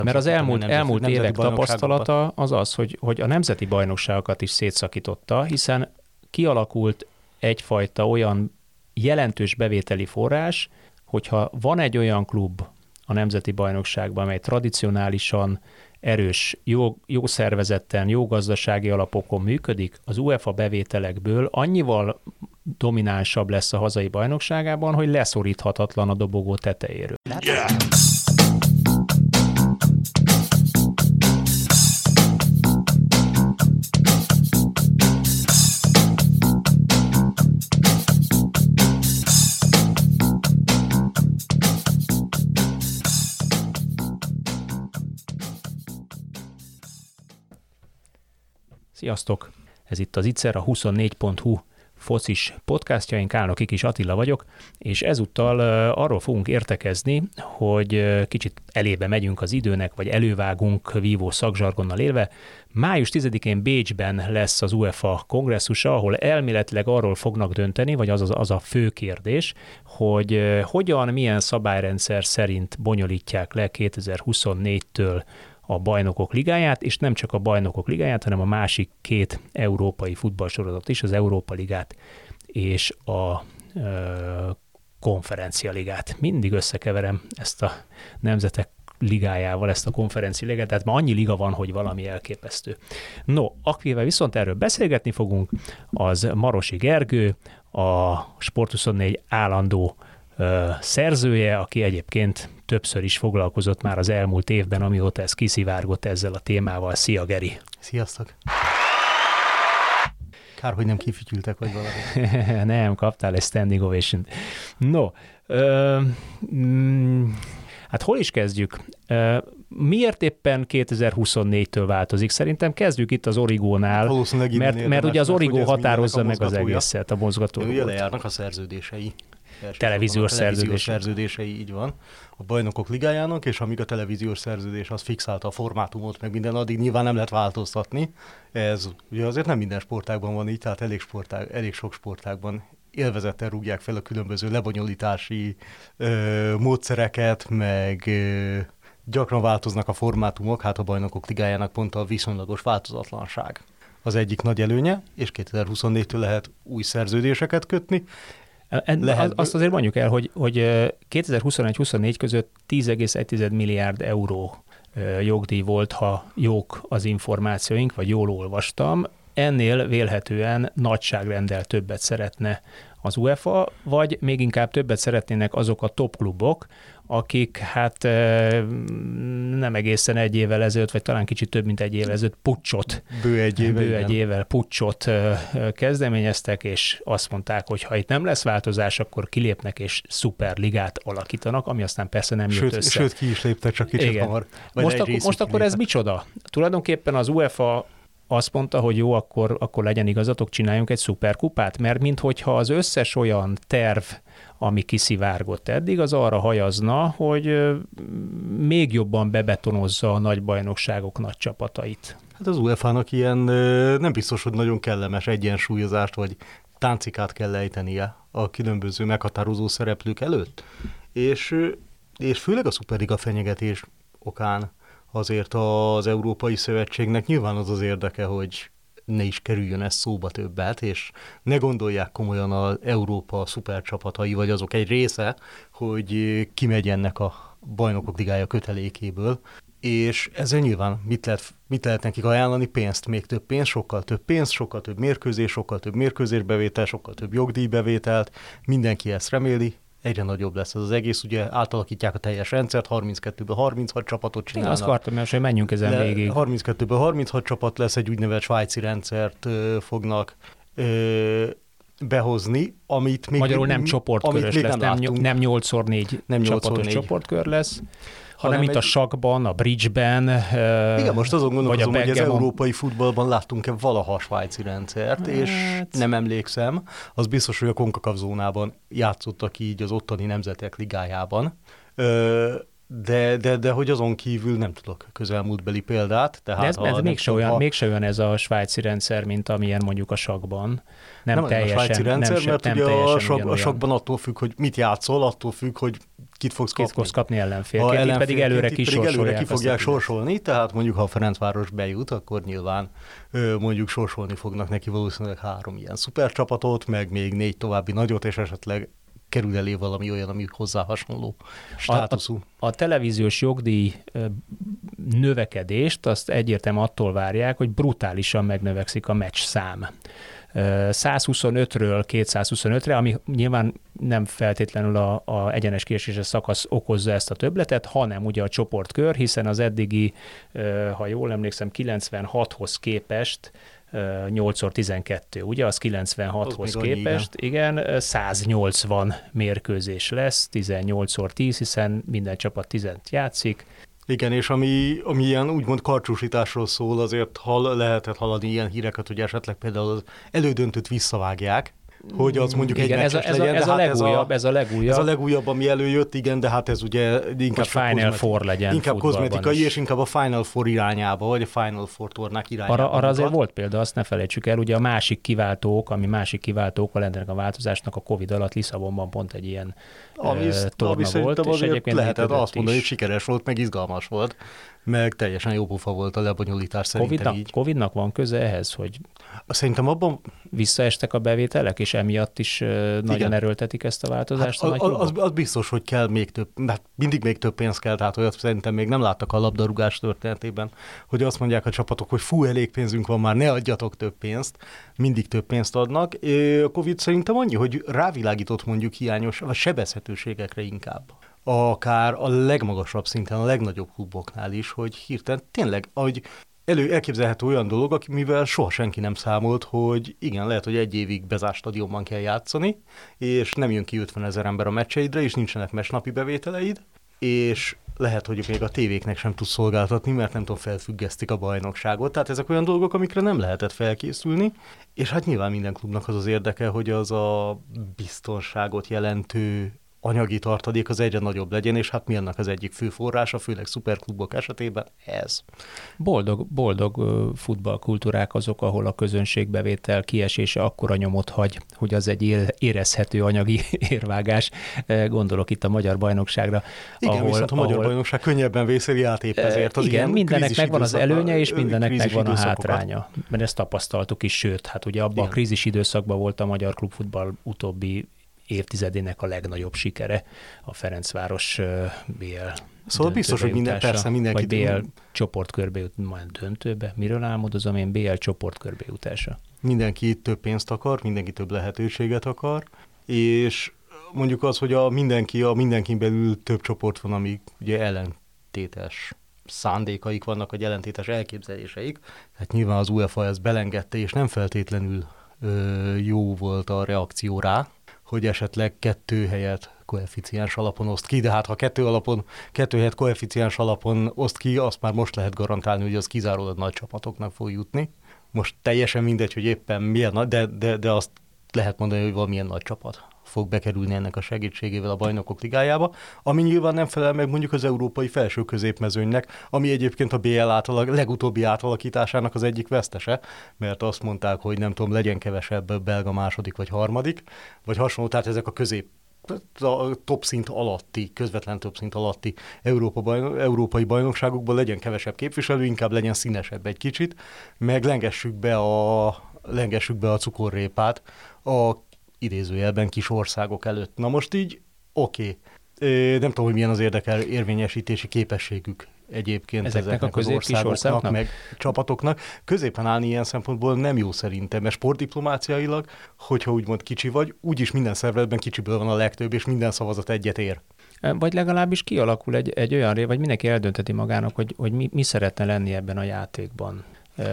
Mert az elmúlt évek tapasztalata az, hogy a nemzeti bajnokságokat is szétszakította, hiszen kialakult egyfajta olyan jelentős bevételi forrás, hogyha van egy olyan klub a nemzeti bajnokságban, amely tradicionálisan erős, jó szervezetten, jó gazdasági alapokon működik, az UEFA bevételekből annyival dominánsabb lesz a hazai bajnokságában, hogy leszoríthatatlan a dobogó tetejéről. Yeah! Sziasztok! Ez itt az Ittszer, a 24.hu focis podcastja, én Kálnoki Kikis Attila vagyok, és ezúttal arról fogunk értekezni, hogy kicsit elébe megyünk az időnek, vagy elővágunk vívó szakzsargonnal élve. Május 10-én Bécsben lesz az UEFA kongresszusa, ahol elméletileg arról fognak dönteni, vagy az a fő kérdés, hogy milyen szabályrendszer szerint bonyolítják le 2024-től a Bajnokok Ligáját, és nem csak a Bajnokok Ligáját, hanem a másik két európai futballsorozatot is, az Európa Ligát és a Konferencia Ligát. Mindig összekeverem ezt a Nemzetek Ligájával, ezt a Konferencia Ligát, tehát ma annyi liga van, hogy valami elképesztő. No, akivel viszont erről beszélgetni fogunk, az Marosi Gergő, a Sport24 állandó szerzője, aki egyébként többször is foglalkozott már az elmúlt évben, amióta ez kiszivárgott ezzel a témával. Szia, Geri! Sziasztok! Kár, hogy nem kifütyültek, vagy valami. Nem, kaptál egy standing ovation. No, hát hol is kezdjük? Miért éppen 2024-től változik? Szerintem kezdjük itt az Origónál, mert ugye az Origó határozza meg az egészet, a mozgatórugót. Ugye lejárnak a szerződései. Televíziós szerződései, így van, a Bajnokok Ligájának, és amíg a televíziós szerződés az fixálta a formátumot, meg minden, addig nyilván nem lehet változtatni. Ez ugye azért nem minden sportágban van így, tehát elég sok sportágban élvezettel rúgják fel a különböző lebonyolítási módszereket, meg gyakran változnak a formátumok, hát a Bajnokok Ligájának pont a viszonylagos változatlanság az egyik nagy előnye, és 2024-től lehet új szerződéseket kötni. Azt azért mondjuk el, hogy 2021-24 között 10,1 milliárd euró jogdíj volt, ha jók az információink, vagy jól olvastam. Ennél vélhetően nagyságrenddel többet szeretne az UEFA, vagy még inkább többet szeretnének azok a top klubok, akik hát nem egészen egy évvel ezelőtt, vagy talán kicsit több mint egy évvel ezelőtt bő egy évvel puccsot kezdeményeztek, és azt mondták, hogy ha itt nem lesz változás, akkor kilépnek és szuperligát alakítanak, ami aztán persze nem jött össze. Sőt, ki is léptek, csak kicsit hamar. Most akkor ez micsoda? Tulajdonképpen az UEFA azt mondta, hogy jó, akkor legyen igazatok, csináljunk egy szuperkupát, mert minthogyha az összes olyan terv, ami kiszivárgott eddig, az arra hajazna, hogy még jobban bebetonozza a nagy bajnokságok nagy csapatait. Hát az UEFA-nak ilyen nem biztos, hogy nagyon kellemes egyensúlyozást, vagy táncikát kell ejtenie a különböző meghatározó szereplők előtt. És főleg a szuperliga fenyegetés okán azért az Európai Szövetségnek nyilván az érdeke, hogy ne is kerüljön ez szóba többet, és ne gondolják komolyan az Európa szupercsapatai, vagy azok egy része, hogy kimegy ennek a Bajnokok Ligája kötelékéből. És ezzel nyilván mit lehet nekik ajánlani? Pénzt, még több pénz, sokkal több mérkőzés, sokkal több mérkőzésbevétel, sokkal több jogdíjbevételt. Mindenki ezt reméli. Egyre nagyobb lesz ez az egész, ugye átalakítják a teljes rendszert, 32-ből 36 csapatot csinálnak. Én azt akartam, hogy menjünk ezen végig. 32-ből 36 csapat lesz, egy úgynevezett svájci rendszert fognak behozni, amit még magyarul nem csoportkörös lesz, nem 8x4 csapatos csoportkör lesz, hanem itt a sakkban, a bridgeben, igen, most azon gondolkozom, hogy az európai futballban láttunk-e valaha a svájci rendszert, és nem emlékszem. Az biztos, hogy a CONCACAF zónában játszottak így az ottani nemzetek ligájában, de hogy azon kívül nem tudok közelmúltbeli példát. Tehát de ez mégse olyan ez a svájci rendszer, mint amilyen mondjuk a sakkban. Nem teljesen, a svájci rendszer, mert ugye a sakkban attól függ, hogy mit játszol, attól függ, hogy kit fogsz kapni ellenfélként, itt pedig előre ki fogják sorsolni, tehát mondjuk ha a Ferencváros bejut, akkor nyilván mondjuk sorsolni fognak neki valószínűleg 3 ilyen szupercsapatot, meg még 4 további nagyot, és esetleg kerül elé valami olyan, ami hozzá hasonló státuszú. A televíziós jogdíj növekedést azt egyértelműen attól várják, hogy brutálisan megnövekszik a meccs szám. 125-ről 225-re, ami nyilván nem feltétlenül a egyenes kieséses szakasz okozza ezt a többletet, hanem ugye a csoportkör, hiszen az eddigi, ha jól emlékszem, 96-hoz képest 8x12, ugye, az 96-hoz képest, igen, 180 mérkőzés lesz, 18x10, hiszen minden csapat 10 játszik. Igen, és ami ilyen úgymond karcsúsításról szól, azért lehetett hallani ilyen híreket, hogy esetleg például az elődöntőt visszavágják, hogy az mondjuk igen, egy meccses legyen. Ez a legújabb. Ez a legújabb, ami előjött, igen, de hát ez ugye inkább Final Four legyen. Inkább kozmetikai, és inkább a Final Four irányába, vagy a Final Four tornák irányába. Arra azért volt példa, azt ne felejtsük el, ugye a másik kiváltók ennek a változásnak a Covid alatt Lisszabonban pont egy ilyen torna volt. És egyébként lehetett azt mondani, hogy sikeres volt, meg izgalmas volt, meg teljesen jó pofa volt a lebonyolítás szerintem így. Covidnak van köze ehhez, hogy szerintem abban visszaestek a bevételek, és emiatt is nagyon erőltetik ezt a változást? Hát az biztos, hogy kell még több, hát mindig még több pénz kell, tehát olyat szerintem még nem láttak a labdarúgás történetében, hogy azt mondják a csapatok, hogy fú, elég pénzünk van már, ne adjatok több pénzt, mindig több pénzt adnak. A Covid szerintem annyi, hogy rávilágított mondjuk hiányos, vagy sebezhetőségekre inkább. Akár a legmagasabb szinten, a legnagyobb kluboknál is, hogy hirtelen tényleg, ahogy elképzelhető olyan dolog, mivel soha senki nem számolt, hogy igen, lehet, hogy 1 évig bezárt stadionban kell játszani, és nem jön ki 50 000 ember a meccseidre, és nincsenek meccsnapi bevételeid, és lehet, hogy még a tévéknek sem tud szolgáltatni, mert nem tudom, felfüggesztik a bajnokságot. Tehát ezek olyan dolgok, amikre nem lehetett felkészülni, és hát nyilván minden klubnak az érdeke, hogy az a biztonságot jelentő anyagi tartalék az egyre nagyobb legyen, és hát mi annak az egyik fő forrása, főleg szuperklubok esetében ez. Boldog futballkultúrák azok, ahol a közönségbevétel kiesése akkora nyomot hagy, hogy az egy érezhető anyagi érvágás. Gondolok itt a magyar bajnokságra. Igen, viszont a magyar bajnokság könnyebben vészeli át épp ezért. Az igen, mindennek megvan az előnye, és mindennek megvan a hátránya. Mert ezt tapasztaltuk is, sőt, hát ugye abban a krízis időszakban volt a magyar klubfutball utóbbi évtizedének a legnagyobb sikere, a Ferencváros BL Szóval biztos, hogy mindenki... Vagy BL csoportkörbe majd döntőbe. Miről álmodozom én? BL csoportkörbe jutása. Mindenki több pénzt akar, mindenki több lehetőséget akar, és mondjuk az, hogy a mindenkin belül több csoport van, amik ugye ellentétes szándékaik vannak, vagy ellentétes elképzeléseik. Hát nyilván az UEFA ezt belengedte, és nem feltétlenül jó volt a reakció rá, hogy esetleg 2 helyet koeficiens alapon oszt ki, de hát ha 2 helyet koeficiens alapon oszt ki, azt már most lehet garantálni, hogy az kizárólag nagy csapatoknak fog jutni. Most teljesen mindegy, hogy éppen milyen, de azt lehet mondani, hogy valamilyen nagy csapat fog bekerülni ennek a segítségével a Bajnokok Ligájába, ami nyilván nem felel meg mondjuk az európai felső középmezőnynek, ami egyébként a BL legutóbbi átalakításának az egyik vesztese, mert azt mondták, hogy nem tudom, legyen kevesebb belga második vagy harmadik, vagy hasonló, tehát ezek a top szint alatti, közvetlen top szint alatti európai bajnokságokban legyen kevesebb képviselő, inkább legyen színesebb egy kicsit, meg lengessük be a cukorrépát a idézőjelben kis országok előtt. Na most így oké. Nem tudom, hogy milyen az érvényesítési képességük egyébként ezeknek az országoknak, meg csapatoknak. Középen állni ilyen szempontból nem jó szerintem, mert sportdiplomáciailag, hogyha úgymond kicsi vagy, úgyis minden szervezetben kicsiből van a legtöbb, és minden szavazat egyet ér. Vagy legalábbis kialakul egy olyan vagy mindenki eldönteti magának, hogy mi szeretne lenni ebben a játékban.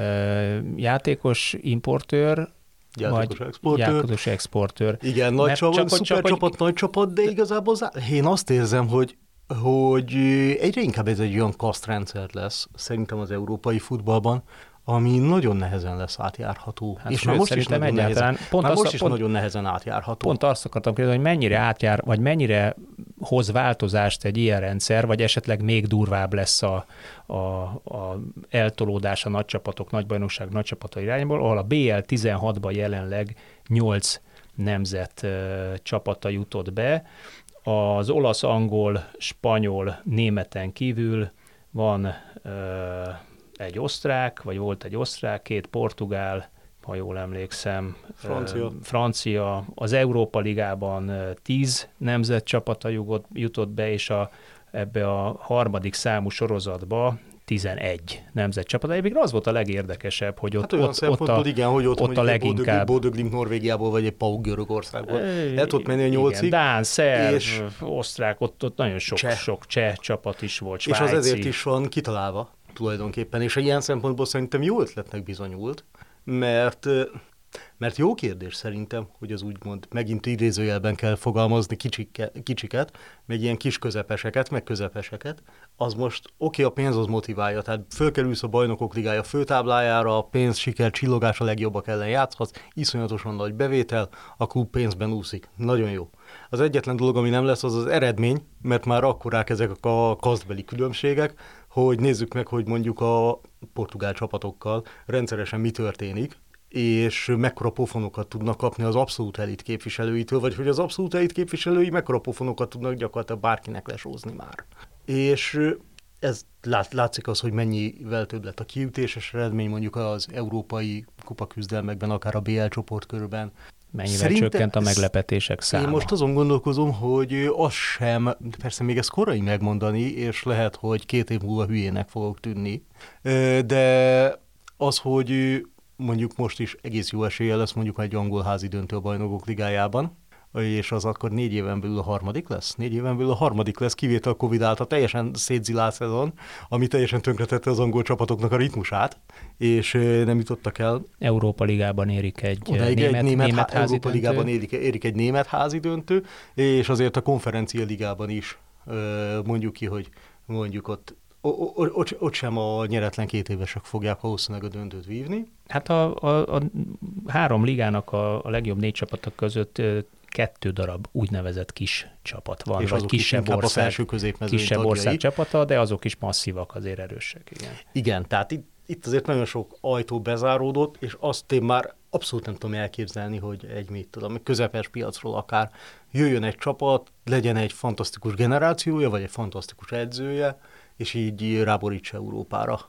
Játékos importőr, játékos exportőr. Igen, nagy csapat, nagy csapat, de igazából én azt érzem, hogy egyre inkább ez egy olyan kasztrendszer lesz, szerintem az európai futballban, ami nagyon nehezen lesz átjárható. Hát és már most is nagyon nehezen átjárható. Pont azt akartam kérdezni, hogy mennyire átjár, vagy mennyire hoz változást egy ilyen rendszer, vagy esetleg még durvább lesz a eltolódás a nagycsapatok, nagybajnokság nagycsapata irányból, ahol a BL 16-ban jelenleg 8 nemzet csapata jutott be, Az olasz, angol, spanyol, németen kívül van egy osztrák, vagy volt egy osztrák, 2 portugál, ha jól emlékszem, francia. Az Európa Ligában 10 nemzet csapata jutott be, és ebbe a harmadik számú sorozatba 11 nemzetcsapat. Egyébként az volt a legérdekesebb, hogy ott, ott a leginkább... Bodø/Glimt Norvégiából, vagy egy PAOK Görögországból. El tudott menni a 8-ig. Dán, szerb, osztrák, ott nagyon sok cseh csapat is volt, svájci. És az ezért is van kitalálva tulajdonképpen, és ilyen szempontból szerintem jó ötletnek bizonyult, mert jó kérdés szerintem, hogy az úgymond megint idézőjelben kell fogalmazni kicsiket, meg ilyen kis közepeseket, meg közepeseket, az most a pénz az motiválja, tehát fölkerülsz a Bajnokok Ligája főtáblájára, a pénz, siker, csillogás a legjobbak ellen játszhatsz, iszonyatosan nagy bevétel, a klub pénzben úszik. Nagyon jó. Az egyetlen dolog, ami nem lesz, az az eredmény, mert már akkorák ezek a kasztbeli különbségek, hogy nézzük meg, hogy mondjuk a portugál csapatokkal rendszeresen mi történik, és mekkora pofonokat tudnak kapni az abszolút elit képviselőitől, vagy hogy az abszolút elit képviselői mekkora pofonokat tudnak gyakorlatilag bárkinek lesózni már. És ez látszik az, hogy mennyivel több lett a kiütéses eredmény mondjuk az európai kupaküzdelmekben, akár a BL csoportkörben. Mennyivel csökkent a meglepetések száma? Én most azon gondolkozom, hogy az sem, persze még ez korai megmondani, és lehet, hogy 2 év múlva hülyének fogok tűnni, de az, hogy mondjuk most is egész jó esélye lesz mondjuk egy angol házi döntő a Bajnokok Ligájában, és az akkor 4 éven belül a harmadik lesz? 4 éven belül a harmadik lesz, kivétel a Covid által teljesen szétzilált szezon, ami teljesen tönkretette az angol csapatoknak a ritmusát, és nem jutottak el. Európa Ligában érik egy német házi Európa Ligában érik egy német házi döntő, és azért a konferencia ligában is mondjuk ki, hogy mondjuk ott sem a nyeretlen 2 évesek fogják valószínűleg a döntőt vívni. Hát a 3 ligának a legjobb 4 csapatok között 2 darab úgynevezett kis csapat van, és vagy kisebb ország tagjai. Csapata, de azok is masszívak, azért erősek. Igen, tehát itt azért nagyon sok ajtó bezáródott, és azt én már abszolút nem tudom elképzelni, hogy egy közepes piacról akár jöjjön egy csapat, legyen egy fantasztikus generációja, vagy egy fantasztikus edzője, és így ráborítsa Európára.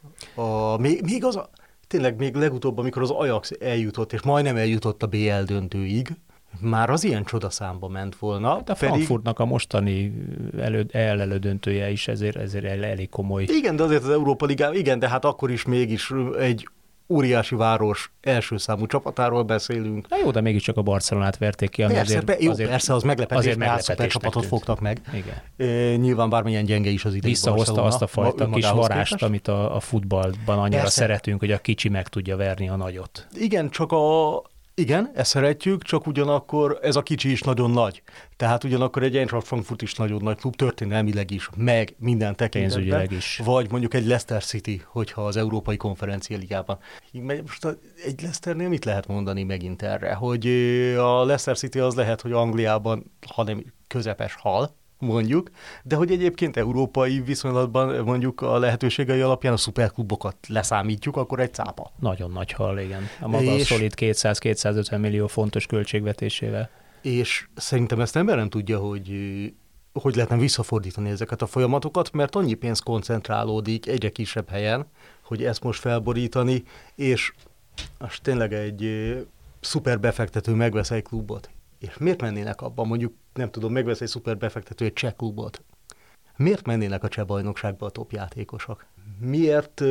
Tényleg még legutóbb, amikor az Ajax eljutott, és majdnem eljutott a BL döntőig, már az ilyen csodaszámba ment volna. Hát a Frankfurtnak a mostani elődöntője is ezért elég komoly. Igen, de azért az Európa Ligában, igen, de hát akkor is mégis egy óriási város első számú csapatáról beszélünk. Na jó, de mégiscsak a Barcelonát verték ki, ami persze, az meglepetés, mert szupercsapatot fogtak meg. Igen. Nyilván bármilyen gyenge is az idei Barcelona. Visszahozta azt a fajta kis varást, amit a futballban annyira szeretünk, hogy a kicsi meg tudja verni a nagyot. Igen, Igen, ezt szeretjük, csak ugyanakkor ez a kicsi is nagyon nagy. Tehát ugyanakkor egy Eintracht Frankfurt is nagyon nagy klub, történelmileg is, meg minden tekintetben. Is. Vagy mondjuk egy Leicester City, hogyha az Európai Konferencia Ligában. Most egy Leicesternél mit lehet mondani megint erre? Hogy a Leicester City az lehet, hogy Angliában, hanem közepes hal, mondjuk, de hogy egyébként európai viszonylatban mondjuk a lehetőségei alapján a szuperklubokat leszámítjuk, akkor egy cápa. Nagyon nagy hal, igen. A maga szolid 200-250 millió fontos költségvetésével. És szerintem ezt ember nem tudja, hogy lehetne visszafordítani ezeket a folyamatokat, mert annyi pénz koncentrálódik egyre kisebb helyen, hogy ezt most felborítani, és most tényleg egy szuper befektető megvesz egy klubot. És miért mennének abban, mondjuk, nem tudom, megvesz egy szuper befektető egy cseh klubot? Miért mennének a cseh bajnokságba a top játékosok? Miért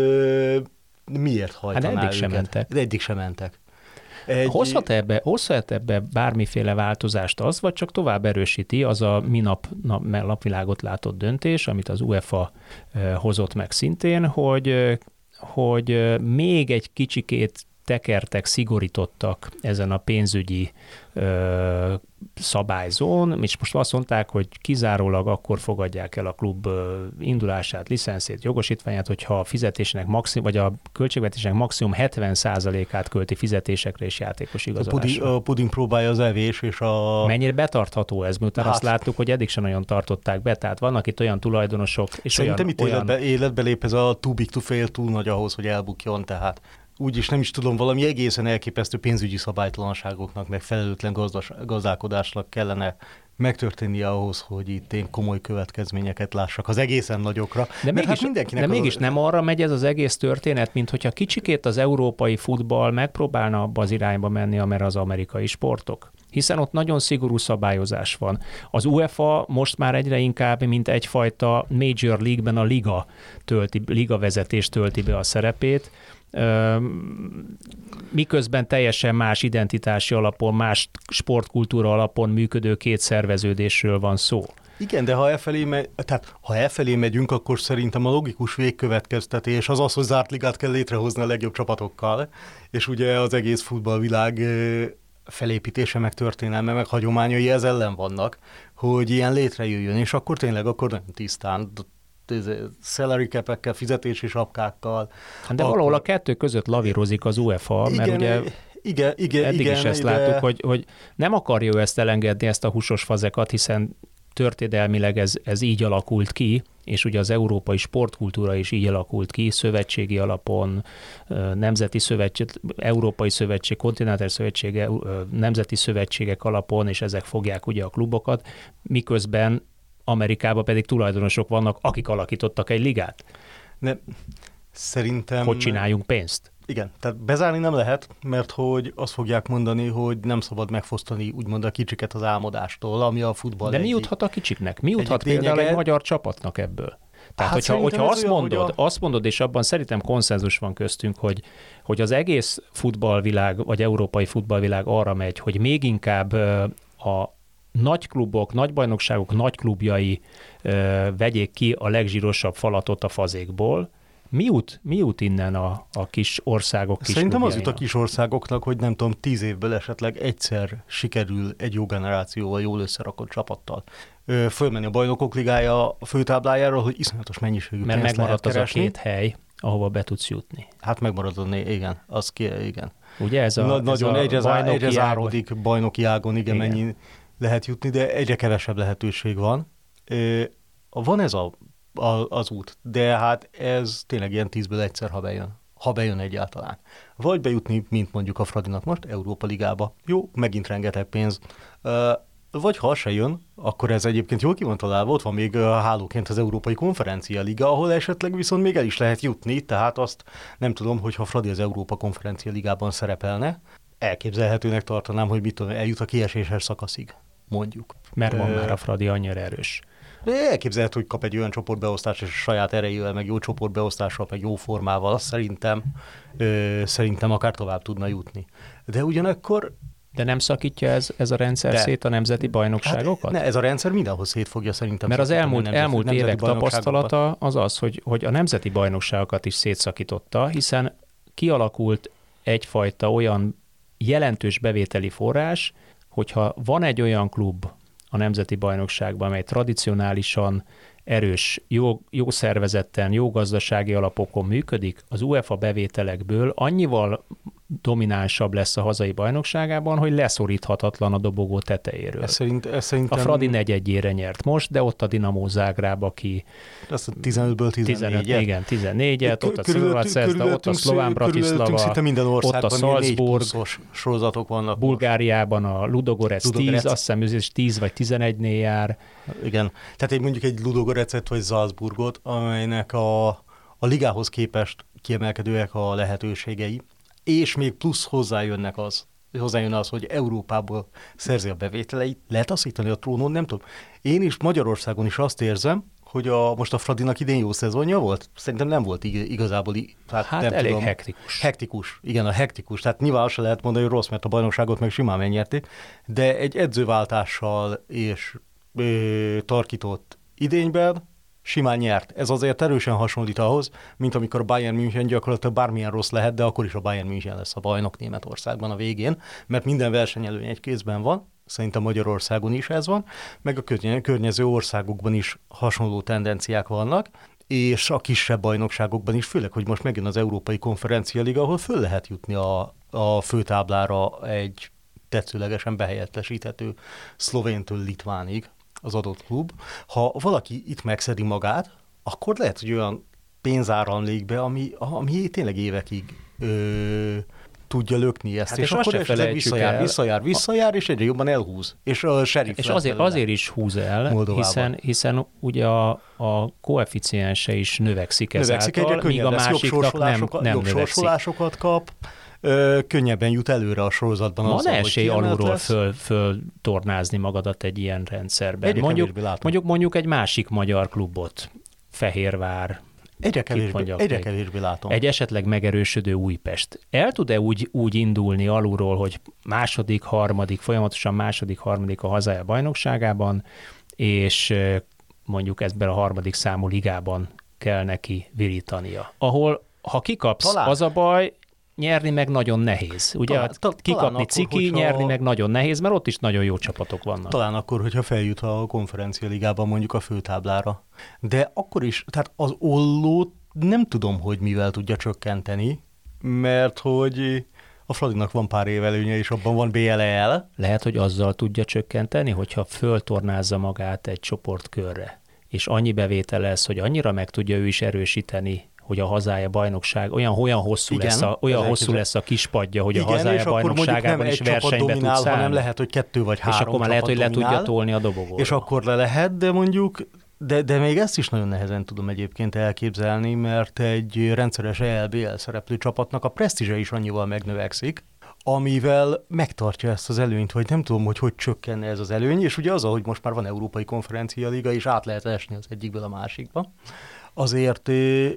hajtaná hát eddig őket? Eddig sem mentek. Hozhat ebbe bármiféle változást az, vagy csak tovább erősíti az a napvilágot látott döntés, amit az UEFA hozott meg szintén, hogy még egy kicsikét tekertek, szigorítottak ezen a pénzügyi szabályzón, és most azt mondták, hogy kizárólag akkor fogadják el a klub indulását, licenszét, jogosítványát, hogyha a fizetésnek vagy a költségvetésnek maximum 70%-át költi fizetésekre és játékos igazolásra. A puding próbálja az evés, és mennyire betartható ez, miután azt láttuk, hogy eddig sem nagyon tartották be, tehát vannak itt olyan tulajdonosok, és szerintem itt életbe lép ez a too big to fail, túl nagy ahhoz, hogy elbukjon, tehát úgyis nem is tudom, valami egészen elképesztő pénzügyi szabálytalanságoknak, meg felelőtlen gazdálkodásnak kellene megtörténnie ahhoz, hogy itt én komoly következményeket lássak az egészen nagyokra. De mégis nem arra megy ez az egész történet, mint hogyha kicsikét az európai futball megpróbálna abba az irányba menni, amerre az amerikai sportok. Hiszen ott nagyon szigorú szabályozás van. Az UEFA most már egyre inkább, mint egyfajta Major League-ben a liga vezetés tölti be a szerepét, miközben teljesen más identitási alapon, más sportkultúra alapon működő két szerveződésről van szó. Igen, de ha elfelé megyünk, akkor szerintem a logikus végkövetkeztetés az, hogy zárt ligát kell létrehozni a legjobb csapatokkal, és ugye az egész futballvilág felépítése, meg történelme, meg hagyományai ez ellen vannak, hogy ilyen létrejöjjön, és akkor tényleg nagyon tisztán salary cap-ekkel, fizetési sapkákkal. De valahol a kettő között lavírozik az UEFA, mert ugye eddig is ezt láttuk, hogy nem akarja ő ezt elengedni, ezt a húsos fazekat, hiszen történelmileg ez így alakult ki, és ugye az európai sportkultúra is így alakult ki, szövetségi alapon, nemzeti szövetség, európai szövetség, kontinentális szövetség, nemzeti szövetségek alapon, és ezek fogják ugye a klubokat, miközben Amerikában pedig tulajdonosok vannak, akik alakítottak egy ligát. Szerintem... Hogy csináljunk pénzt? Igen, tehát bezárni nem lehet, mert hogy azt fogják mondani, hogy nem szabad megfosztani úgymond a kicsiket az álmodástól, ami a futball. De mi juthat a kicsiknek? Mi juthat például egy magyar csapatnak ebből? Tehát, hogyha azt mondod, és abban szerintem konszenzus van köztünk, hogy az egész futballvilág, vagy európai futballvilág arra megy, hogy még inkább a nagy klubok, nagy bajnokságok, nagy klubjai vegyék ki a legzsírosabb falatot a fazékból. Mi jut innen a kis országok kis Szerintem klubjainak? az jut a kis országoknak, hogy nem tudom, 10 évből esetleg egyszer sikerül egy jó generációval, jól összerakott csapattal fölmenni a Bajnokok Ligája a főtáblájáról, hogy iszonyatos mennyiségű pénzt lehet megmaradt az keresni. a két hely, ahova be tudsz jutni. Hát megmarad igen, igen. Ugye ez a nagyon egyre záródik bajnoki ágon, igen, mennyi lehet jutni, de egyre kevesebb lehetőség van. Van ez az út, de hát ez tényleg ilyen 10-ből egyszer, ha bejön egyáltalán. Vagy bejutni, mint mondjuk a Fradinak most, Európa Ligába. Jó, megint rengeteg pénz. Vagy ha se jön, akkor ez egyébként jól ki van találva, ott van még hálóként az Európai Konferencia Liga, ahol esetleg viszont még el is lehet jutni, tehát azt nem tudom, hogyha Fradi az Európa Konferencia Ligában szerepelne, elképzelhetőnek tartanám, hogy mit tudom, eljut a kieséses szakaszig, mondjuk. Mert van már a Fradi annyira erős. De elképzelhető, hogy kap egy olyan csoportbeosztást, és a saját erejével, meg jó csoportbeosztással, meg jó formával, azt szerintem akár tovább tudna jutni. De ugyanakkor... De nem szakítja ez a rendszer szét a nemzeti bajnokságokat? Hát ez a rendszer mindenhol szét fogja szerintem. Mert az elmúlt évek tapasztalata az, hogy a nemzeti bajnokságokat is szétszakította, hiszen kialakult egyfajta olyan jelentős bevételi forrás, hogyha van egy olyan klub a nemzeti bajnokságban, amely tradicionálisan erős, jó szervezetten, jó gazdasági alapokon működik, az UEFA bevételekből annyival dominánsabb lesz a hazai bajnokságában, hogy leszoríthatatlan a dobogó tetejéről. Szerintem... A Fradi 4-1-ére nyert most, de ott a Dinamo Zágráb, aki... Azt a 15-ből 14-et? Igen, 14-et, ott a Szilvacesta, ott a Szlován Bratislava, szinte minden országban ott a Salzburg, sorozatok vannak. Bulgáriában a Ludogorets 10, azt hiszem, ez 10 vagy 11-nél jár. Igen, tehát mondjuk egy Ludogorecet vagy Salzburgot, amelynek a ligához képest kiemelkedőek a lehetőségei, és még plusz hozzájön az, hogy Európából szerzi a bevételeit, letaszítani a trónon, nem tudom. Én is Magyarországon is azt érzem, hogy most a Fradinak idén jó szezonja volt? Szerintem nem volt igazából. Hát nem elég tudom. hektikus. Hektikus, igen, a hektikus. Tehát nyilván azt se lehet mondani, hogy rossz, mert a bajnokságot meg simán megnyerték, de egy edzőváltással és tarkított idényben simán nyert. Ez azért erősen hasonlít ahhoz, mint amikor a Bayern München gyakorlatilag bármilyen rossz lehet, de akkor is a Bayern München lesz a bajnok Németországban a végén, mert minden versenyelőny egy kézben van, szerintem Magyarországon is ez van, meg a környező országokban is hasonló tendenciák vannak, és a kisebb bajnokságokban is, főleg, hogy most megint az Európai Konferencia Liga, ahol föl lehet jutni a főtáblára egy tetszőlegesen behelyettesíthető szlovéntől Litvánig az adott klub. Ha valaki itt megszedi magát, akkor lehet, hogy olyan pénz áramlik be, ami tényleg évekig tudja lökni ezt, Hát és akkor esetleg visszajár, és egyre jobban elhúz. És a sheriff és azért is húz el, hiszen ugye a koeficiense is növekszik ezáltal, míg a másiknak nem jobb sorsolásokat kap, könnyebben jut előre a sorozatban. Van esély alulról föltornázni magadat egy ilyen rendszerben. Mondjuk egy másik magyar klubot, Fehérvár, egyre kevésbé látom. Egy esetleg megerősödő Újpest. El tud-e úgy indulni alulról, hogy folyamatosan második, harmadik a hazája bajnokságában, és mondjuk ebben a harmadik számú ligában kell neki virítania. Ahol, ha kikapsz, az a baj, nyerni meg nagyon nehéz. Ugye kikapni ciki, nyerni meg nagyon nehéz, mert ott is nagyon jó csapatok vannak. Talán akkor, hogyha feljut a konferencia ligában mondjuk a főtáblára. De akkor is, tehát az Ollót nem tudom, hogy mivel tudja csökkenteni, mert hogy a Fradinak van pár év előnye, és abban van BLL. Lehet, hogy azzal tudja csökkenteni, hogyha föltornázza magát egy csoportkörre, és annyi bevétel lesz, hogy annyira meg tudja ő is erősíteni, hogy a hazája bajnokság olyan hosszú lesz a kispadja, hogy a hazája bajnokságában is versenybe tud szállni. Hanem lehet, hogy 2 vagy 3 és akkor már lehet, hogy le tudja tolni a dobogóra. És akkor le lehet, de mondjuk, de még ezt is nagyon nehezen tudom egyébként elképzelni, mert egy rendszeres ELBL szereplő csapatnak a presztízse is annyival megnövekszik, amivel megtartja ezt az előnyt, vagy nem tudom, hogy csökkenne ez az előny, és ugye az, hogy most már van Európai Konferencia Liga, és át lehet esni az egyikből a másikba, azért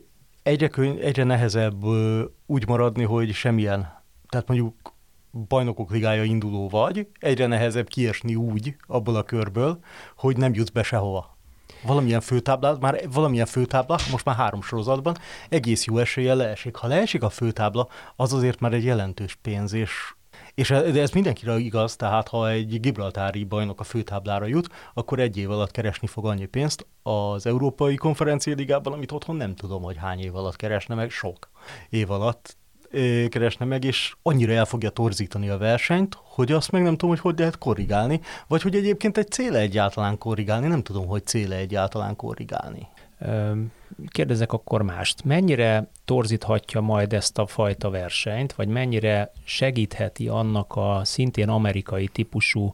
egyre nehezebb úgy maradni, hogy semmilyen, tehát mondjuk bajnokok ligája induló vagy, egyre nehezebb kiesni úgy abból a körből, hogy nem jutsz be sehova. Valamilyen főtábla, most már 3 sorozatban egész jó eséllyel leesik. Ha leesik a főtábla, az azért már egy jelentős pénz, de ez mindenkire igaz, tehát ha egy gibraltári bajnok a főtáblára jut, akkor 1 év alatt keresni fog annyi pénzt az Európai Konferencia Ligában, amit otthon nem tudom, hogy hány év alatt keresne meg, sok év alatt keresne meg, és annyira el fogja torzítani a versenyt, hogy azt meg nem tudom, hogy lehet korrigálni, vagy hogy egyébként egy cél egyáltalán korrigálni, nem tudom, hogy cél egyáltalán korrigálni. Kérdezek akkor mást. Mennyire torzíthatja majd ezt a fajta versenyt, vagy mennyire segítheti annak a szintén amerikai típusú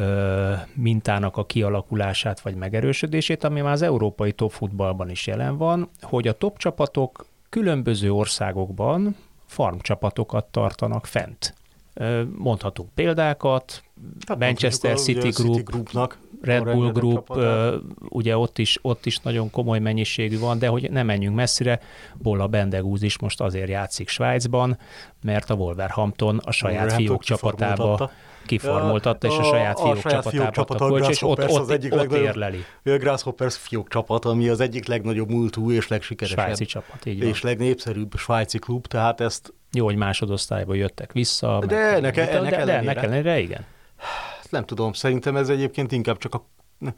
mintának a kialakulását, vagy megerősödését, ami már az európai topfutballban is jelen van, hogy a top csapatok különböző országokban farmcsapatokat tartanak fent. Mondhatunk példákat, Manchester City Groupnak, Red Bull Group, ugye ott is nagyon komoly mennyiségű van, de hogy nem menjünk messzire, Bolla Bendegúz is most azért játszik Svájcban, mert a Wolverhampton a saját fiók csapatába kiformoltatta, és a saját fiók csapatába adta, és ott érleli. A Grasshoppers fiók csapat, ami az egyik legnagyobb múltú és legsikeresebb. Svájci csapat, így van. És legnépszerűbb svájci klub, tehát ezt... Jó, hogy másodosztályba jöttek vissza. De ennek ellenére igen. Nem tudom, szerintem ez egyébként inkább csak a...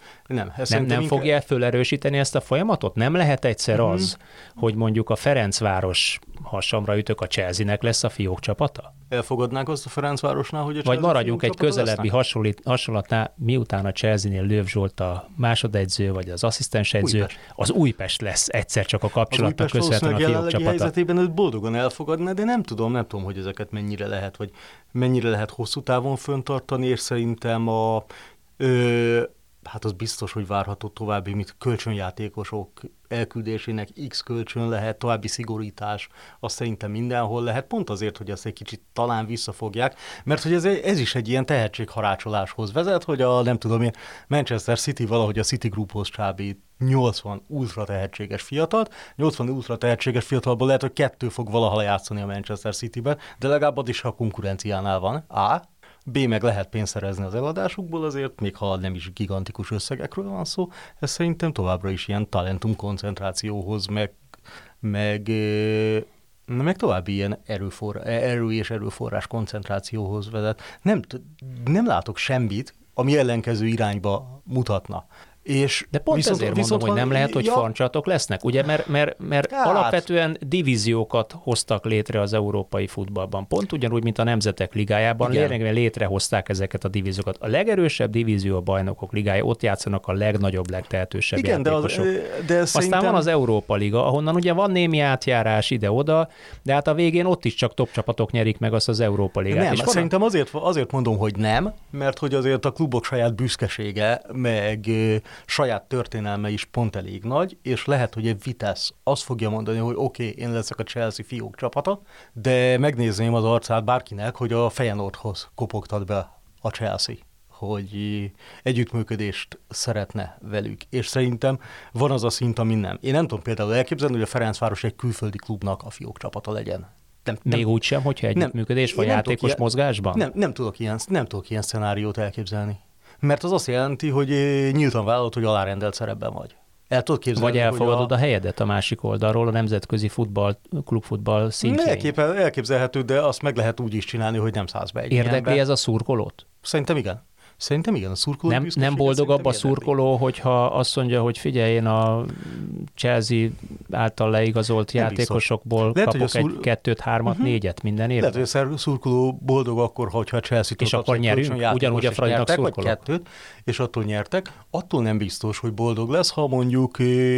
Nem fogja fölerősíteni ezt a folyamatot? Nem lehet egyszer az, hogy mondjuk a Ferencváros, hasamra ütök, a Chelsea-nek lesz a fiók csapata? Elfogadnánk azt a Ferencvárosnál, hogy a Chelsea vagy maradjunk egy közelebbi hasonlatnál, miután a Chelsea-nél Löw Zsolt a másodedző, vagy az asszisztensedző, az Újpest lesz egyszer csak a kapcsolatnak köszönhetően a fiók csapata. Helyzetében őt boldogan elfogadná, de nem tudom, hogy ezeket mennyire lehet, vagy mennyire lehet hosszú távon föntartani, és szerintem hát az biztos, hogy várható további, mint kölcsönjátékosok elküldésének X kölcsön lehet, további szigorítás, azt szerintem mindenhol lehet, pont azért, hogy azt egy kicsit talán visszafogják, mert hogy ez is egy ilyen tehetségharácsoláshoz vezet, hogy nem tudom én, Manchester City valahogy a City Grouphoz csábít 80 ultra tehetséges fiatalt, 80 ultra tehetséges fiatalból lehet, hogy 2 fog valaha játszani a Manchester Cityben, de legalább az is, ha a konkurenciánál van. B, meg lehet pénzt szerezni az eladásukból azért, még ha nem is gigantikus összegekről van szó, ez szerintem továbbra is ilyen talentum koncentrációhoz, meg további ilyen erő és erőforrás koncentrációhoz vezet. Nem látok semmit, ami ellenkező irányba mutatna. De pont ezért mondom, hogy nem lehet, hogy fancsatok lesznek, ugye, mert alapvetően divíziókat hoztak létre az európai futballban, pont ugyanúgy, mint a Nemzetek Ligájában, lényegében létrehozták ezeket a divíziókat. A legerősebb divízió a Bajnokok Ligája, ott játszanak a legnagyobb, legtehetősebb játékosok. Aztán szerintem... van az Európa Liga, ahonnan ugye van némi átjárás ide-oda, de hát a végén ott is csak top csapatok nyerik meg azt az Európa Ligát. Nem, és szerintem azért mondom, hogy nem, mert hogy azért a klubok saját büszkesége, meg saját történelme is pont elég nagy, és lehet, hogy egy Vitesse azt fogja mondani, hogy oké, én leszek a Chelsea fiúk csapata, de megnézném az arcát bárkinek, hogy a Feyenoordhoz kopogtat be a Chelsea, hogy együttműködést szeretne velük. És szerintem van az a szint, ami nem. Én nem tudom például elképzelni, hogy a Ferencváros egy külföldi klubnak a fiúk csapata legyen. Még úgy sem, hogyha együttműködés vagy játékos mozgásban? Nem tudok ilyen szenáriót elképzelni. Mert az azt jelenti, hogy nyíltan vállalod, hogy alárendelt szerepben vagy. El tudod képzelni, vagy elfogadod a helyedet a másik oldalról, a nemzetközi futball, klubfutball szintjén. Elképzelhető, de azt meg lehet úgy is csinálni, hogy nem szállsz be egy Érdekli ez a szurkolót? Szerintem igen, a szurkoló nem boldogabb a szurkoló, hogyha azt mondja, hogy figyelj, én a Chelsea által leigazolt játékosokból kapok egy 2-3-at, 4-et minden évben. Lehet, hogy a szurkoló boldog akkor, hogyha a Chelsea-től és akkor nyerünk, ugyanúgy a Fradinak szurkolók. Vagy 2-t, és attól nyertek. Attól nem biztos, hogy boldog lesz, ha mondjuk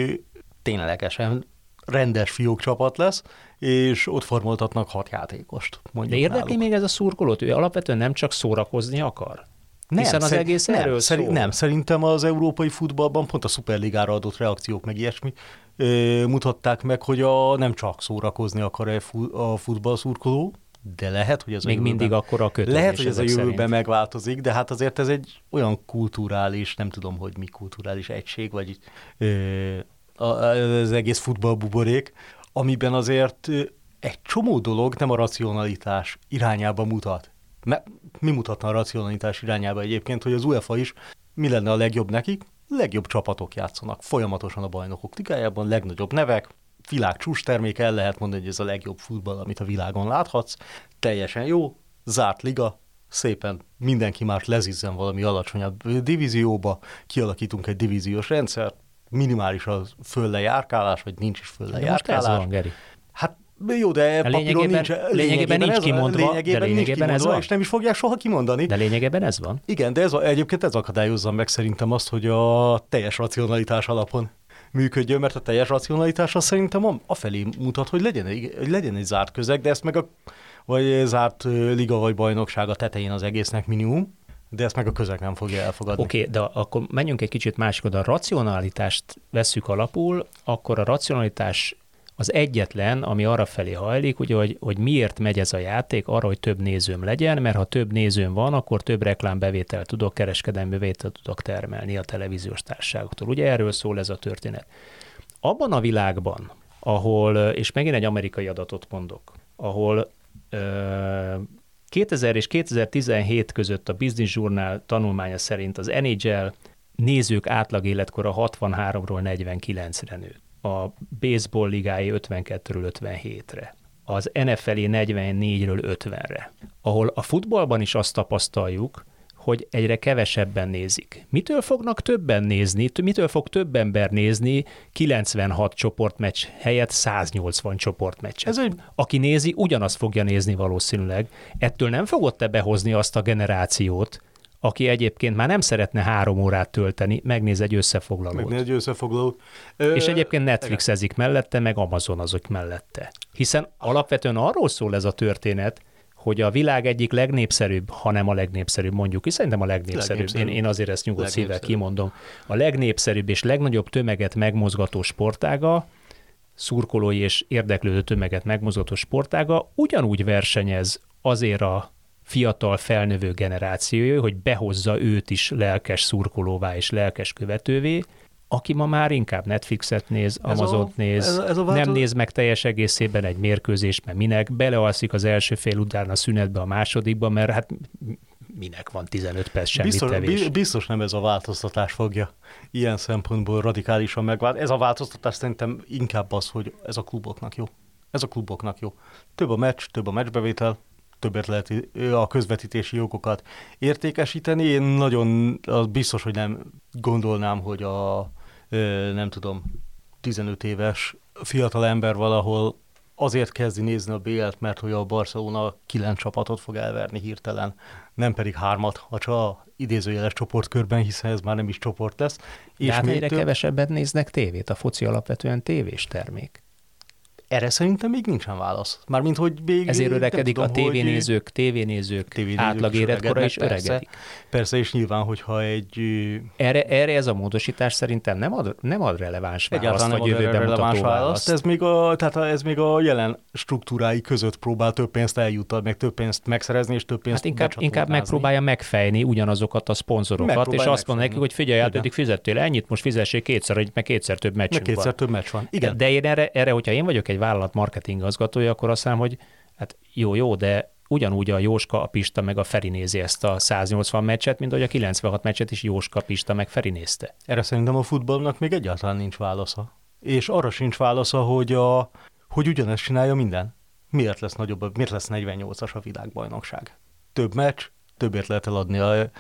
ténylegesen rendes fiók csapat lesz, és ott formoltatnak 6 játékost. De érdekli még ez a szurkolót? Ő alapvetően nem csak szórakozni akar? Hiszen az egész erről szól. Nem, szerintem az európai futballban pont a szuperligára adott reakciók meg ilyesmi mutatták meg, hogy nem csak szórakozni akar a futballszurkoló, de lehet, hogy ez még mindig akkor a kötődés. Lehet, hogy ez a jövőben megváltozik, de hát azért ez egy olyan kulturális, nem tudom, hogy mi kulturális egység, vagy az egész futballbuborék, amiben azért egy csomó dolog nem a racionalitás irányába mutat. Mi mutatna a racionalitás irányába egyébként, hogy az UEFA is mi lenne a legjobb nekik? Legjobb csapatok játszanak folyamatosan a Bajnokok Ligájában, legnagyobb nevek, világ csúcstermék, el lehet mondani, hogy ez a legjobb futball, amit a világon láthatsz. Teljesen jó, zárt liga, szépen mindenki más lezizzen valami alacsonyabb divízióba, kialakítunk egy divíziós rendszert, minimális a föllejárkálás, vagy nincs is föllejárkálás. De most ez van, Geri. Hát jó, de lényegében nincs kimondva, és nem is fogják soha kimondani. De lényegében ez van. Igen, de egyébként ez akadályozza meg szerintem azt, hogy a teljes racionalitás alapon működjön, mert a teljes racionalitás az szerintem afelé mutat, hogy legyen egy zárt közeg, de ezt meg vagy zárt liga vagy bajnokság a tetején az egésznek minimum, de ezt meg a közeg nem fogja elfogadni. Oké, de akkor menjünk egy kicsit másikod. A racionalitást vesszük alapul, akkor a racionalitás az egyetlen, ami arra felé hajlik, ugye, hogy miért megy ez a játék arra, hogy több nézőm legyen, mert ha több nézőm van, akkor több reklámbevételt tudok, kereskedelmi bevételt tudok termelni a televíziós társaságoktól. Ugye erről szól ez a történet. Abban a világban, ahol, és megint egy amerikai adatot mondok, ahol 2000 és 2017 között a Business Journal tanulmánya szerint az NHL nézők átlag életkora 63-ról 49-re nőtt. A baseball ligái 52-ről 57-re, az NFL-i 44-ről 50-re, ahol a futballban is azt tapasztaljuk, hogy egyre kevesebben nézik. Mitől fognak többen nézni, mitől fog több ember nézni 96 csoportmeccs helyett 180 csoportmeccset? Aki nézi, ugyanazt fogja nézni valószínűleg. Ettől nem fogod te behozni azt a generációt, aki egyébként már nem szeretne 3 órát tölteni, megnéz egy összefoglalót. És egyébként Netflixezik mellette, meg Amazon azok mellette. Hiszen alapvetően arról szól ez a történet, hogy a világ egyik legnépszerűbb, ha nem a legnépszerűbb mondjuk, és szerintem a legnépszerűbb. Én azért ezt nyugodt szívvel kimondom. A legnépszerűbb és legnagyobb tömeget megmozgató sportága, szurkolói és érdeklődő tömeget megmozgató sportága ugyanúgy versenyez azért a fiatal felnövő generációja, hogy behozza őt is lelkes szurkolóvá és lelkes követővé, aki ma már inkább Netflixet néz, Amazont néz, nem néz meg teljes egészében egy mérkőzést, mert minek, belealszik az első fél után a szünetbe a másodikba, mert hát minek van 15 perc semmit tevés. Biztos nem ez a változtatás fogja ilyen szempontból radikálisan megváltozni. Ez a változtatás szerintem inkább az, hogy ez a kluboknak jó. Több a meccs, több a meccsbevétel, a közvetítési jogokat értékesíteni. Én nagyon biztos, hogy nem gondolnám, hogy nem tudom, 15 éves fiatal ember valahol azért kezdi nézni a BL-t, mert hogy a Barcelona 9 csapatot fog elverni hirtelen, nem pedig 3-at, ha csak idézőjeles csoportkörben, hiszen ez már nem is csoport lesz. És hát egyre kevesebben néznek tévét, a foci alapvetően tévés termék. Erre szerintem még nincsen válasz. Mármint, hogy még... Ezért örekedik a tévénézők átlag életkora is öregedik. Persze, és nyilván, hogyha egy... Erre ez a módosítás szerintem nem ad releváns választ, vagy jövőben mutató választ. Ez még a jelen struktúrái között próbál több pénzt eljuttatni, meg több pénzt megszerezni, és több pénzt inkább megpróbálja megfejni ugyanozokat a szponzorokat, és azt mondja neki, hogy figyelj, eddig fizettél ennyit, most fizessék kétszer, hogy meg kétszer több meccsünk van. Igen. De én erre, hogyha én vagyok egy vállalat marketing igazgatója, akkor azt mondom, hogy hát jó, de ugyanúgy a Jóska, a Pista meg a Feri nézi ezt a 180 meccset, mint ahogy a 96 meccset is Jóska, Pista meg Feri nézte. Erre szerintem a futballnak még egyáltalán nincs válasza. És arra sincs válasza, hogy ugyanezt csinálja minden. Miért lesz 48-as a világbajnokság? Több meccs, többért lehet eladni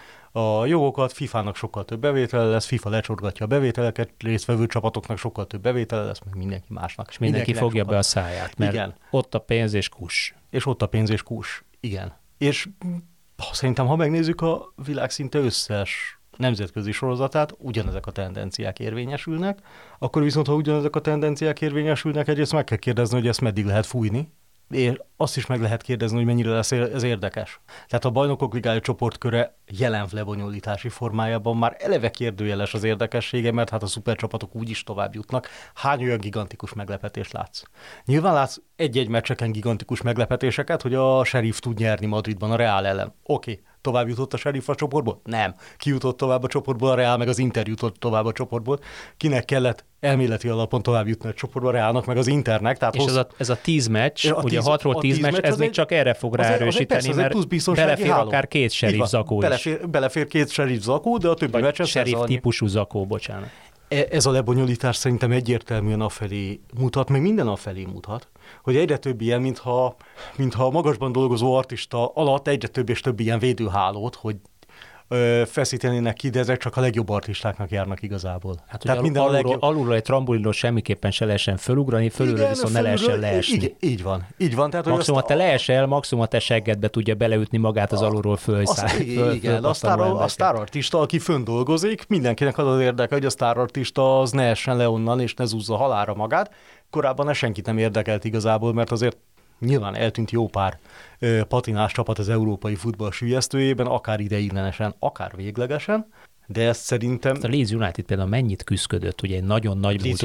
a jogokat, FIFA-nak sokkal több bevétele lesz, FIFA lecsorgatja a bevételeket, résztvevő csapatoknak sokkal több bevétele lesz, meg mindenki másnak. És mindenki fogja be a száját, mert igen. Ott a pénz és kus. És ott a pénz és kus, igen. És szerintem, ha megnézzük a világ szinte összes nemzetközi sorozatát, ugyanezek a tendenciák érvényesülnek, akkor viszont, ha ugyanezek a tendenciák érvényesülnek, egyrészt meg kell kérdezni, hogy ezt meddig lehet fújni, és azt is meg lehet kérdezni, hogy mennyire lesz ez érdekes. Tehát a Bajnokok Ligája csoportköre jelen lebonyolítási formájában már eleve kérdőjeles az érdekessége, mert hát a szupercsapatok úgyis tovább jutnak. Hány olyan gigantikus meglepetést látsz? Nyilván látsz egy-egy meccseken gigantikus meglepetéseket, hogy a Sheriff tud nyerni Madridban a Real ellen. Oké. Tovább jutott a Sheriff a csoportból? Nem. Ki jutott tovább a csoportból? A Real meg az Inter jutott tovább a csoportból. Kinek kellett elméleti alapon tovább jutni a csoportba? A Realnak meg az Internek. Tehát és ez a 10 meccs, ugye 6-ról 10 meccs, ez még csak erre fog ráerősíteni, mert belefér akár 2 Sheriff zakó is. Belefér 2 Sheriff zakó, de a többi meccs... Sheriff típusú zakó, bocsánat. Ez a lebonyolítás szerintem egyértelműen afelé mutat, meg minden afelé mutat, hogy egyre több ilyen, mintha a magasban dolgozó artista alatt egyre több és több ilyen védőhálót, hogy feszítenének ki, de ezek csak a legjobb artistáknak járnak igazából. Hát tehát minden alulról egy trambulinról semmiképpen se lehessen fölugrani, fölülről viszont ne lehessen leesni. Így van. Tehát, maximum, ha te leesel, maximum a te seggedbe tudja beleütni magát az alulról Igen, a sztárartista, aki fönn dolgozik, mindenkinek az érdeke, hogy a sztárartista az ne essen le onnan, és ne zúzza halálra magát. Korábban ez senkit nem érdekelt igazából, mert azért nyilván eltűnt jó pár patinás csapat az európai futball sülyeztőjében, akár ideiglenesen, akár véglegesen, de ezt szerintem... A Leeds United például mennyit küzdött, ugye egy nagyon nagy múltú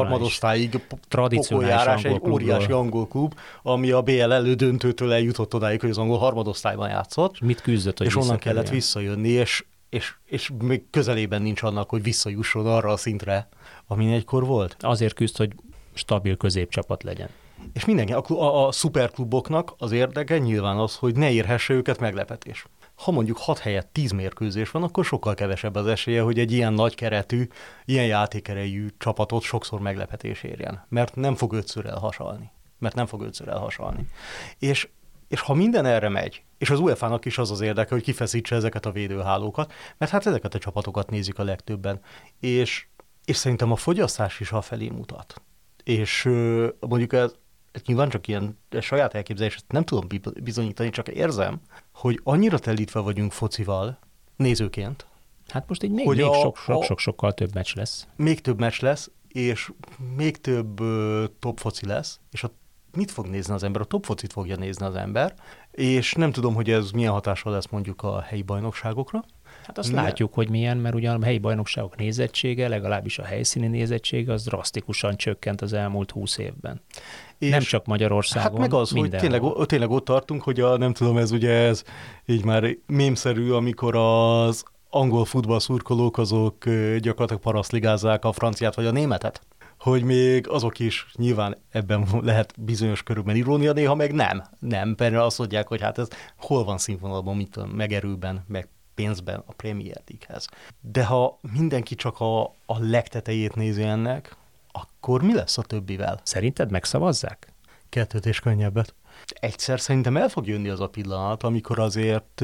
tradicionális egy óriási angol klub, ami a BL elődöntőtől eljutott odáig, hogy az angol harmadosztályban játszott. Mit küzdött, hogy és onnan kellett visszajönni, és még közelében nincs annak, hogy visszajusson arra a szintre, amin egykor volt. Azért küzd, hogy stabil középcsapat legyen. És mindenki, a szuperkluboknak az érdeke nyilván az, hogy ne érhesse őket meglepetés. Ha mondjuk 6 helyett 10 mérkőzés van, akkor sokkal kevesebb az esélye, hogy egy ilyen nagy keretű, ilyen játékerejű csapatot sokszor meglepetés érjen. Mert nem fog 5-ször elhasalni. És ha minden erre megy, és az UEFA-nak is az az érdeke, hogy kifeszítse ezeket a védőhálókat, mert hát ezeket a csapatokat nézik a legtöbben. És szerintem a fogyasztás is afelé mutat. És mondjuk ez nyilván csak ilyen saját elképzelés, ezt nem tudom bizonyítani, csak érzem, hogy annyira telítve vagyunk focival, nézőként. Hát most így még sokkal több meccs lesz. Még több meccs lesz, és még több top foci lesz, és mit fog nézni az ember? A top focit fogja nézni az ember, és nem tudom, hogy ez milyen hatással lesz mondjuk a helyi bajnokságokra. Hát azt látjuk, hogy milyen, mert ugyan a helyi bajnokságok nézettsége, legalábbis a helyszíni nézettsége, az drasztikusan csökkent az elmúlt 20 évben. És nem csak Magyarországon, hát meg az, mindenhol. Hogy tényleg ott tartunk, hogy nem tudom, ez így már mémszerű, amikor az angol futballszurkolók azok gyakorlatilag parasztligázzák a franciát vagy a németet. Hogy még azok is nyilván ebben lehet bizonyos körülben irónia, néha meg nem. Például azt mondják, hogy hát ez hol van színvonalban, mit tudom, meg erőben, meg pénzben a Premier League-hez. De ha mindenki csak a legtetejét nézi ennek, akkor mi lesz a többivel? Szerinted megszavazzák? 2 és könnyebbet. egyszer szerintem el fog jönni az a pillanat, amikor azért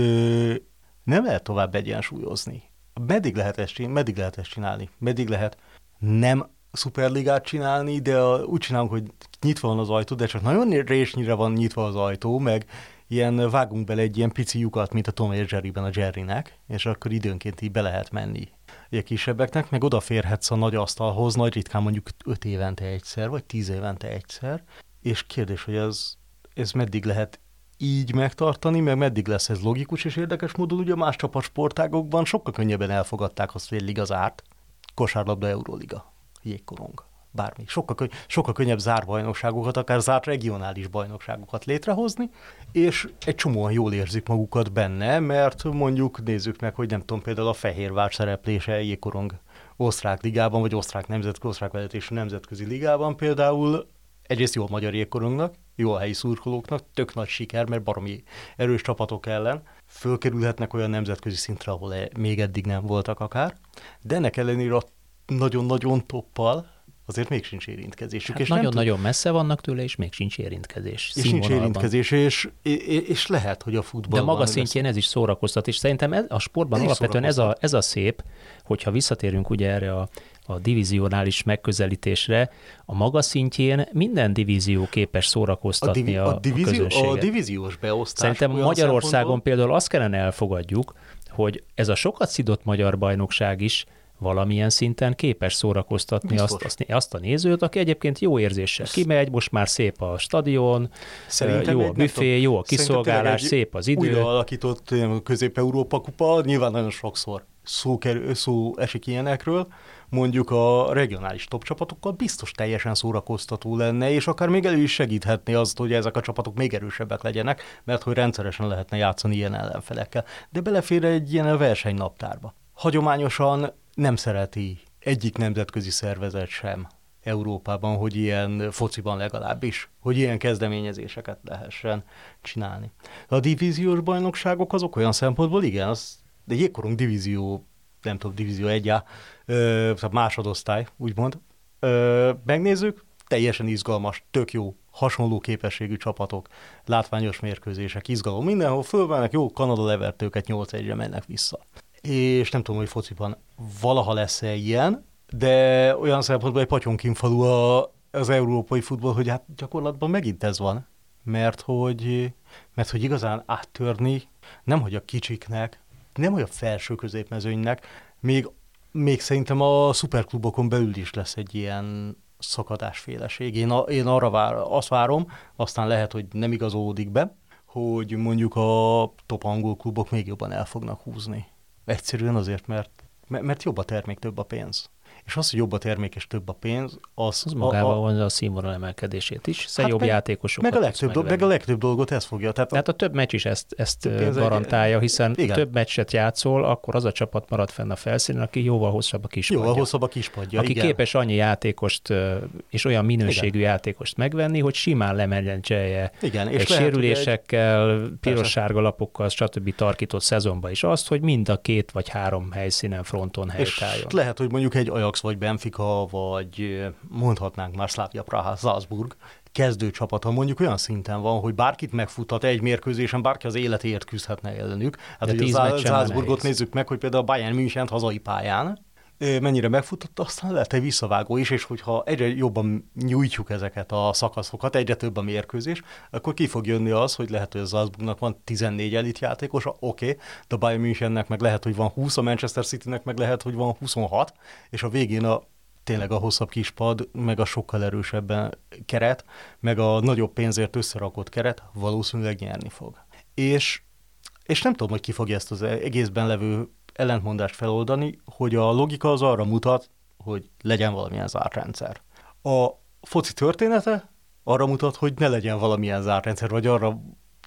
nem lehet tovább egyensúlyozni. Meddig lehet ezt csinálni? Meddig lehet nem szuperligát csinálni, de úgy csinálunk, hogy nyitva van az ajtó, de csak nagyon résnyire van nyitva az ajtó, meg ilyen vágunk bele egy ilyen pici lyukat, mint a Tom és Jerryben a Jerrynek, és akkor időnként így be lehet menni a kisebbeknek, meg odaférhetsz a nagy asztalhoz, nagy ritkán mondjuk 5 évente egyszer, vagy 10 évente egyszer, és kérdés, hogy ez meddig lehet így megtartani, meg meddig lesz ez logikus és érdekes módon, ugye más csapatsportágokban sokkal könnyebben elfogadták azt, hogy egy liga zárt, kosárlabda, Euróliga, jégkorong, bármi. Sokkal könnyebb zárt bajnokságokat, akár zárt regionális bajnokságokat létrehozni, és egy csomóan jól érzik magukat benne, mert mondjuk nézzük meg, hogy nem tudom, például a Fehérvár szereplése jégkorong osztrák ligában, vagy osztrák vezetésű nemzetközi ligában például egyrészt jó a magyar jégkorongnak, jó a helyi szurkolóknak, tök nagy siker, mert baromi erős csapatok ellen fölkerülhetnek olyan nemzetközi szintre, ahol még eddig nem voltak akár, de ennek ellenére a nagyon-nagyon toppal azért még sincs érintkezésük. Hát nagyon-nagyon messze vannak tőle, és még sincs érintkezés. És nincs érintkezés, és lehet, hogy a futballban... De maga szintjén ez is szórakoztat, és szerintem a sportban alapvetően ez a szép, hogyha visszatérünk ugye erre a divizionális megközelítésre, a maga szintjén minden divízió képes szórakoztatni a közönséget. A divíziós beosztás. Szerintem Magyarországon például azt kellene elfogadjuk, hogy ez a sokat szidott magyar bajnokság is valamilyen szinten képes szórakoztatni azt a nézőt, aki egyébként jó érzéssel kimegy, most már szép a stadion, jó a büfé, jó a kiszolgálás, szép az idő. Újra alakított Közép-Európa kupa, nyilván nagyon sokszor szó esik ilyenekről, mondjuk a regionális top csapatokkal biztos teljesen szórakoztató lenne, és akár még elő is segíthetné azt, hogy ezek a csapatok még erősebbek legyenek, mert hogy rendszeresen lehetne játszani ilyen ellenfelekkel. De belefér egy ilyen versenynaptárba. Hagyományosan nem szereti egyik nemzetközi szervezet sem Európában, hogy ilyen fociban legalábbis, hogy ilyen kezdeményezéseket lehessen csinálni. A divíziós bajnokságok azok olyan szempontból, igen, de jégkorong divízió, nem tudom, divízió 1A, másodosztály, úgymond. Megnézzük, teljesen izgalmas, tök jó, hasonló képességű csapatok, látványos mérkőzések, izgalom, mindenhol fölvennek, jó, Kanada levert őket 8-1-re, mennek vissza. És nem tudom, hogy fociban valaha lesz-e ilyen, de olyan szempontból egy patyonkinfalú az európai futball, hogy hát gyakorlatban megint ez van, mert hogy igazán áttörni nemhogy a kicsiknek, nemhogy a felső középmezőnynek, még szerintem a szuperklubokon belül is lesz egy ilyen szakadásféleség. Én azt várom, aztán lehet, hogy nem igazolódik be, hogy mondjuk a top angol klubok még jobban el fognak húzni. Egyszerűen azért, mert jobb a termék, több a pénz. És az, hogy jobb a termék és több a pénz, az magával van a színvonal emelkedését is, hiszen jobb játékosokat meg a legtöbb dolgot ez fogja. Tehát a több meccs is ezt garantálja, hiszen több meccset játszol, akkor az a csapat marad fenn a felszínen, aki jóval hosszabb a kispadja. Aki képes annyi játékost és olyan minőségű játékost megvenni, hogy simán lemenedzselje egy sérülésekkel, piros-sárga lapokkal, stb. Tarkított szezonba is azt, hogy mind a 2 vagy 3 helyszínen, fronton helytálljon. És lehet, hogy mondjuk egy Ajax vagy Benfica, vagy mondhatnánk már Slavia Praha, Salzburg kezdőcsapata mondjuk olyan szinten van, hogy bárkit megfuthat egy mérkőzésen, bárki az életéért küzdhetne ellenük. Hát, hogy a Salzburgot nézzük meg, hogy például a Bayern Münchent hazai pályán mennyire megfutott, aztán lehet egy visszavágó is, és hogyha egyre jobban nyújtjuk ezeket a szakaszokat, egyre több a mérkőzés, akkor ki fog jönni az, hogy lehet, hogy a Salzburgnak van 14 elitjátékosa, oké, de a Bayern Münchennek meg lehet, hogy van 20, a Manchester Citynek meg lehet, hogy van 26, és a végén tényleg a hosszabb kispad, meg a sokkal erősebb keret, meg a nagyobb pénzért összerakott keret valószínűleg nyerni fog. És nem tudom, hogy ki fogja ezt az egészben levő ellentmondást feloldani, hogy a logika az arra mutat, hogy legyen valamilyen zárt rendszer. A foci története arra mutat, hogy ne legyen valamilyen zárt rendszer, vagy arra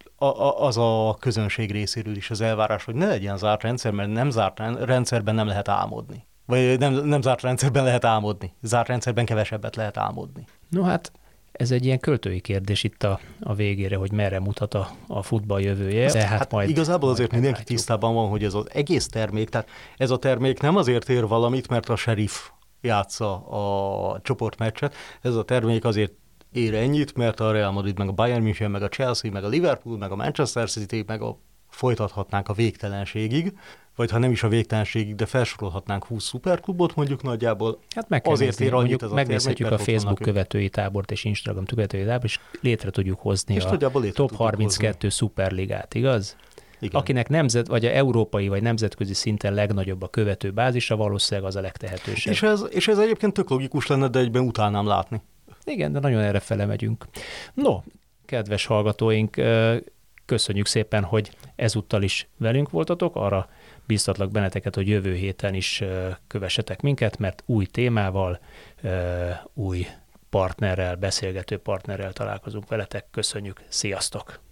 az a közönség részéről is az elvárás, hogy ne legyen zárt rendszer, mert nem zárt rendszerben nem lehet álmodni. Vagy nem zárt rendszerben lehet álmodni. Zárt rendszerben kevesebbet lehet álmodni. No hát, ez egy ilyen költői kérdés itt a végére, hogy merre mutat a futball jövője. Hát igazából azért mindenki tisztában van, hogy ez az egész termék, tehát ez a termék nem azért ér valamit, mert a Sheriff játsza a csoportmeccset, ez a termék azért ér ennyit, mert a Real Madrid, meg a Bayern München, meg a Chelsea, meg a Liverpool, meg a Manchester City, folytathatnánk a végtelenségig, vagy ha nem is a végtelenségig, de felsorolhatnánk 20 szuperklubot mondjuk nagyjából. Hát meg kell azért ér annyit ez a megnézhetjük termék, a Facebook követői tábort és Instagram követői tábort, és létre tudjuk hozni és a top 32 szuperligát, igaz? Igen. Akinek vagy a európai vagy nemzetközi szinten legnagyobb a követőbázisa, valószínűleg az a legtehetősebb. És ez egyébként tök logikus lenne, de egyben utálnám látni. Igen, de nagyon errefele megyünk. No, kedves hallgatóink, köszönjük szépen, hogy ezúttal is velünk voltatok, arra bíztatlak benneteket, hogy jövő héten is kövessetek minket, mert új témával, új partnerrel, beszélgető partnerrel találkozunk veletek. Köszönjük, sziasztok!